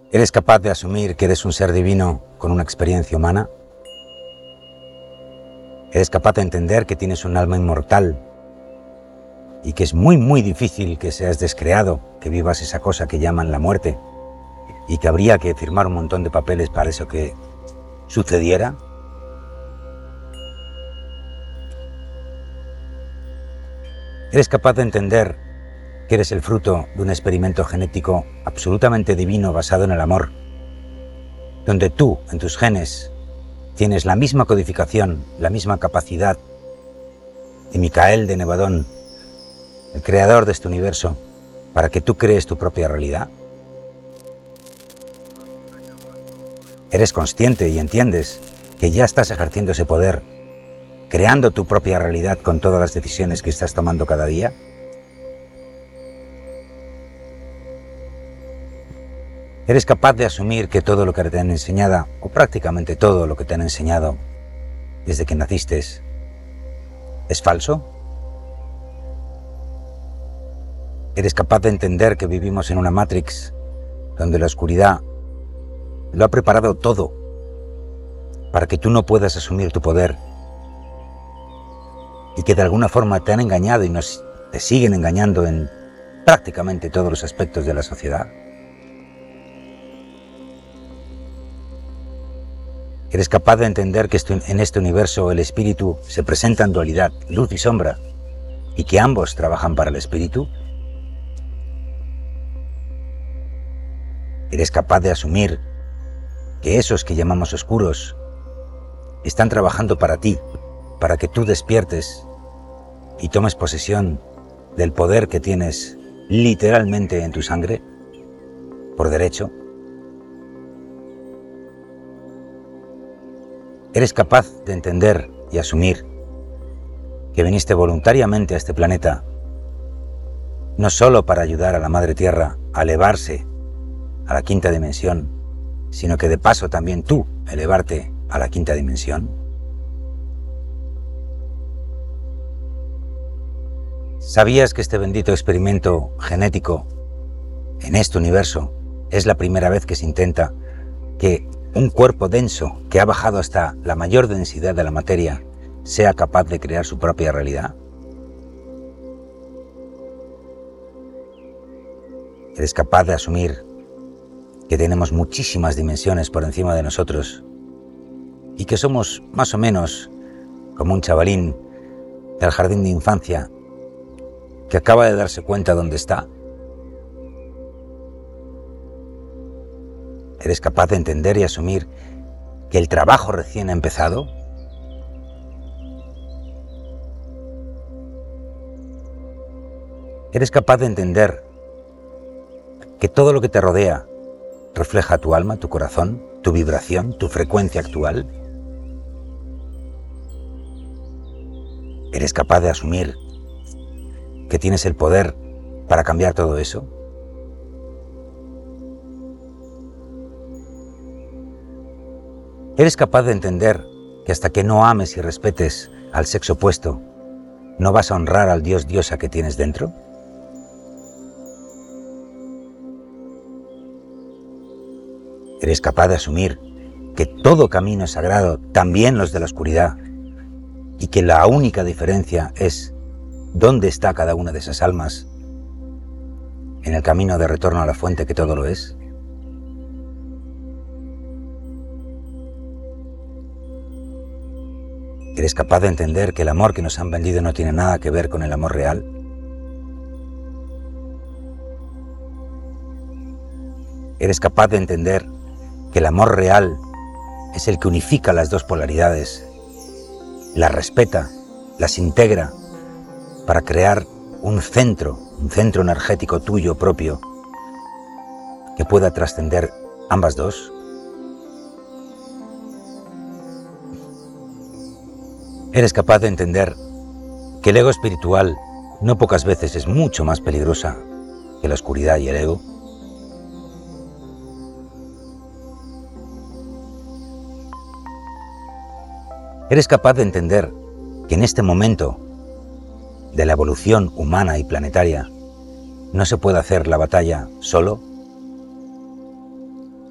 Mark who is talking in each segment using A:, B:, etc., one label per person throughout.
A: ¿Eres capaz de asumir que eres un ser divino con una experiencia humana? ¿Eres capaz de entender que tienes un alma inmortal y que es muy difícil que seas descreado, que vivas esa cosa que llaman la muerte y que habría que firmar un montón de papeles para eso que sucediera? ¿Eres capaz de entender que eres el fruto de un experimento genético absolutamente divino basado en el amor, donde tú, en tus genes, tienes la misma codificación, la misma capacidad de Micael de Nevadón, el creador de este universo, para que tú crees tu propia realidad? ¿Eres consciente y entiendes que ya estás ejerciendo ese poder, creando tu propia realidad con todas las decisiones que estás tomando cada día? ¿Eres capaz de asumir que todo lo que te han enseñado, o prácticamente todo lo que te han enseñado desde que naciste, es falso? ¿Eres capaz de entender que vivimos en una Matrix donde la oscuridad lo ha preparado todo para que tú no puedas asumir tu poder y que de alguna forma te han engañado y te siguen engañando en prácticamente todos los aspectos de la sociedad? ¿Eres capaz de entender que en este universo el espíritu se presenta en dualidad, luz y sombra, y que ambos trabajan para el espíritu? ¿Eres capaz de asumir que esos que llamamos oscuros están trabajando para ti, para que tú despiertes y tomes posesión del poder que tienes literalmente en tu sangre, por derecho? ¿Eres capaz de entender y asumir que viniste voluntariamente a este planeta no solo para ayudar a la Madre Tierra a elevarse a la quinta dimensión, sino que de paso también tú elevarte a la quinta dimensión? ¿Sabías que este bendito experimento genético en este universo es la primera vez que se intenta que un cuerpo denso que ha bajado hasta la mayor densidad de la materia sea capaz de crear su propia realidad? ¿Eres capaz de asumir que tenemos muchísimas dimensiones por encima de nosotros y que somos más o menos como un chavalín del jardín de infancia que acaba de darse cuenta dónde está? ¿Eres capaz de entender y asumir que el trabajo recién ha empezado? ¿Eres capaz de entender que todo lo que te rodea refleja tu alma, tu corazón, tu vibración, tu frecuencia actual? ¿Eres capaz de asumir que tienes el poder para cambiar todo eso? ¿Eres capaz de entender que hasta que no ames y respetes al sexo opuesto, no vas a honrar al Dios diosa que tienes dentro? ¿Eres capaz de asumir que todo camino es sagrado, también los de la oscuridad, y que la única diferencia es dónde está cada una de esas almas en el camino de retorno a la fuente que todo lo es? ¿Eres capaz de entender que el amor que nos han vendido no tiene nada que ver con el amor real? ¿Eres capaz de entender que el amor real es el que unifica las dos polaridades, las respeta, las integra para crear un centro energético tuyo propio que pueda trascender ambas dos? ¿Eres capaz de entender que el ego espiritual no pocas veces es mucho más peligrosa que la oscuridad y el ego? ¿Eres capaz de entender que en este momento de la evolución humana y planetaria no se puede hacer la batalla solo?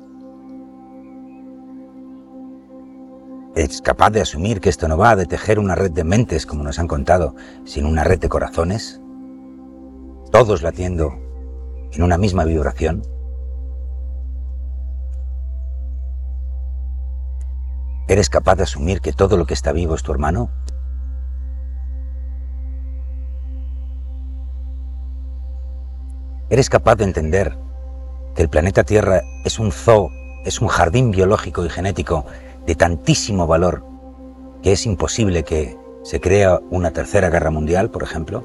A: ¿Eres capaz de asumir que esto no va de tejer una red de mentes, como nos han contado, sino una red de corazones? Todos latiendo en una misma vibración. ¿Eres capaz de asumir que todo lo que está vivo es tu hermano? ¿Eres capaz de entender que el planeta Tierra es un zoo, es un jardín biológico y genético de tantísimo valor que es imposible que se cree una tercera guerra mundial, por ejemplo?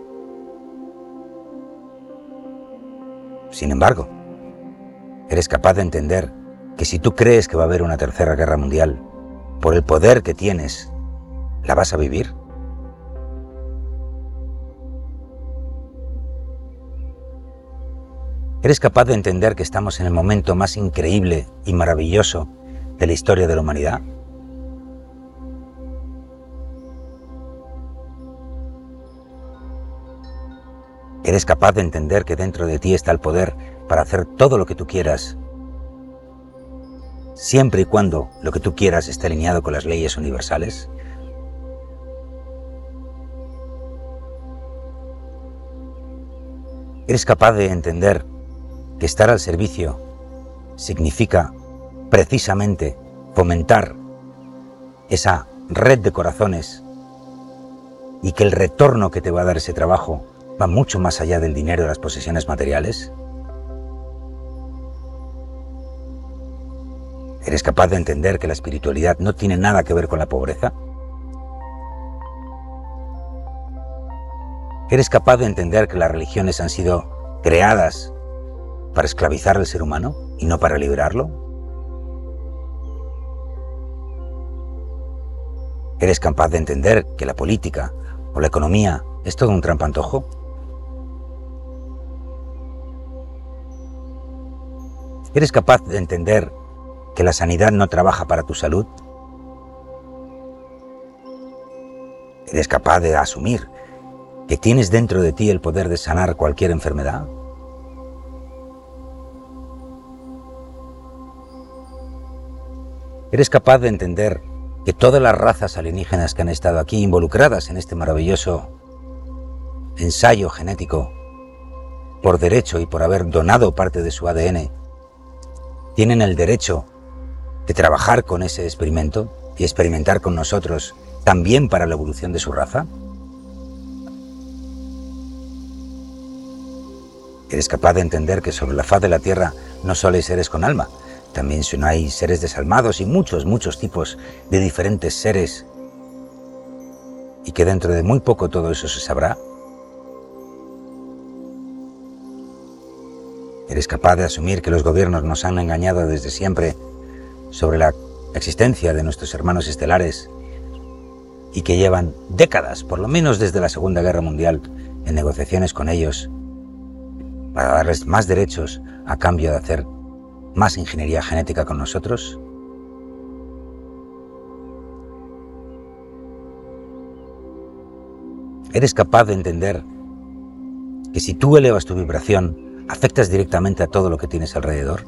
A: Sin embargo, ¿eres capaz de entender que si tú crees que va a haber una tercera guerra mundial, por el poder que tienes, la vas a vivir? ¿Eres capaz de entender que estamos en el momento más increíble y maravilloso de la historia de la humanidad? ¿Eres capaz de entender que dentro de ti está el poder para hacer todo lo que tú quieras, siempre y cuando lo que tú quieras esté alineado con las leyes universales? ¿Eres capaz de entender que estar al servicio significa precisamente fomentar esa red de corazones y que el retorno que te va a dar ese trabajo va mucho más allá del dinero y las posesiones materiales? ¿Eres capaz de entender que la espiritualidad no tiene nada que ver con la pobreza? ¿Eres capaz de entender que las religiones han sido creadas para esclavizar al ser humano y no para liberarlo? ¿Eres capaz de entender que la política o la economía es todo un trampantojo? ¿Eres capaz de entender que la sanidad no trabaja para tu salud? ¿Eres capaz de asumir que tienes dentro de ti el poder de sanar cualquier enfermedad? ¿Eres capaz de entender que todas las razas alienígenas que han estado aquí involucradas en este maravilloso ensayo genético, por derecho y por haber donado parte de su ADN, tienen el derecho de trabajar con ese experimento y experimentar con nosotros también para la evolución de su raza? ¿Eres capaz de entender que sobre la faz de la Tierra no solo hay seres con alma, también hay seres desalmados y muchos tipos de diferentes seres, y que dentro de muy poco todo eso se sabrá? ¿Eres capaz de asumir que los gobiernos nos han engañado desde siempre sobre la existencia de nuestros hermanos estelares y que llevan décadas, por lo menos desde la Segunda Guerra Mundial, en negociaciones con ellos para darles más derechos a cambio de hacer más ingeniería genética con nosotros? ¿Eres capaz de entender que si tú elevas tu vibración, afectas directamente a todo lo que tienes alrededor?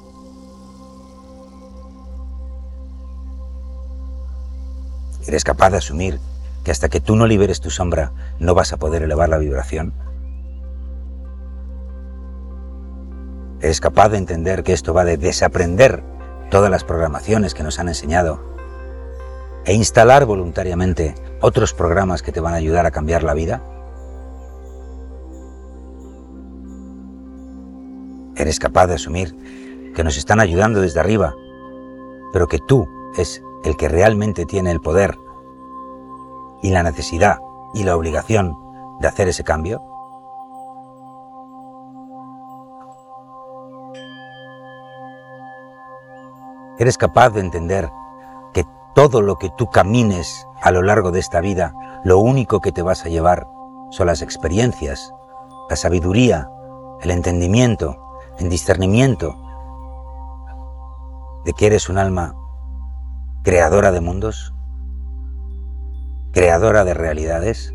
A: ¿Eres capaz de asumir que hasta que tú no liberes tu sombra, no vas a poder elevar la vibración? ¿Eres capaz de entender que esto va de desaprender todas las programaciones que nos han enseñado e instalar voluntariamente otros programas que te van a ayudar a cambiar la vida? ¿Eres capaz de asumir que nos están ayudando desde arriba, pero que tú es el que realmente tiene el poder y la necesidad y la obligación de hacer ese cambio? ¿Eres capaz de entender que todo lo que tú camines a lo largo de esta vida, lo único que te vas a llevar son las experiencias, la sabiduría, el entendimiento, el discernimiento de que eres un alma creadora de mundos, creadora de realidades?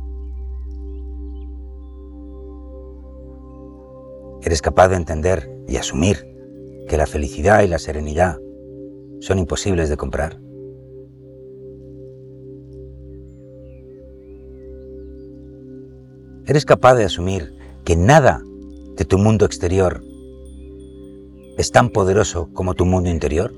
A: ¿Eres capaz de entender y asumir que la felicidad y la serenidad son imposibles de comprar? ¿Eres capaz de asumir que nada de tu mundo exterior es tan poderoso como tu mundo interior?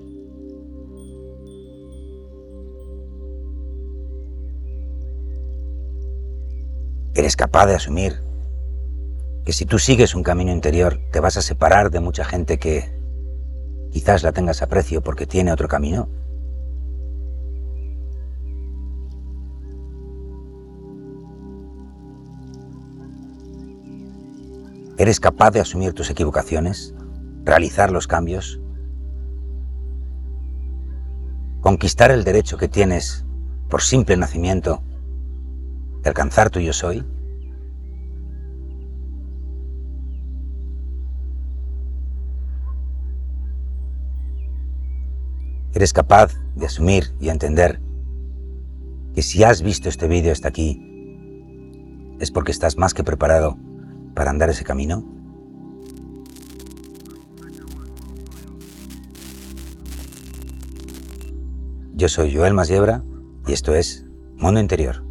A: ¿Eres capaz de asumir que si tú sigues un camino interior te vas a separar de mucha gente que quizás la tengas aprecio porque tiene otro camino? ¿Eres capaz de asumir tus equivocaciones, realizar los cambios, conquistar el derecho que tienes por simple nacimiento de alcanzar tu yo soy? ¿Eres capaz de asumir y entender que si has visto este vídeo hasta aquí es porque estás más que preparado para andar ese camino? Yo soy Joel Masiebra y esto es Mundo Interior.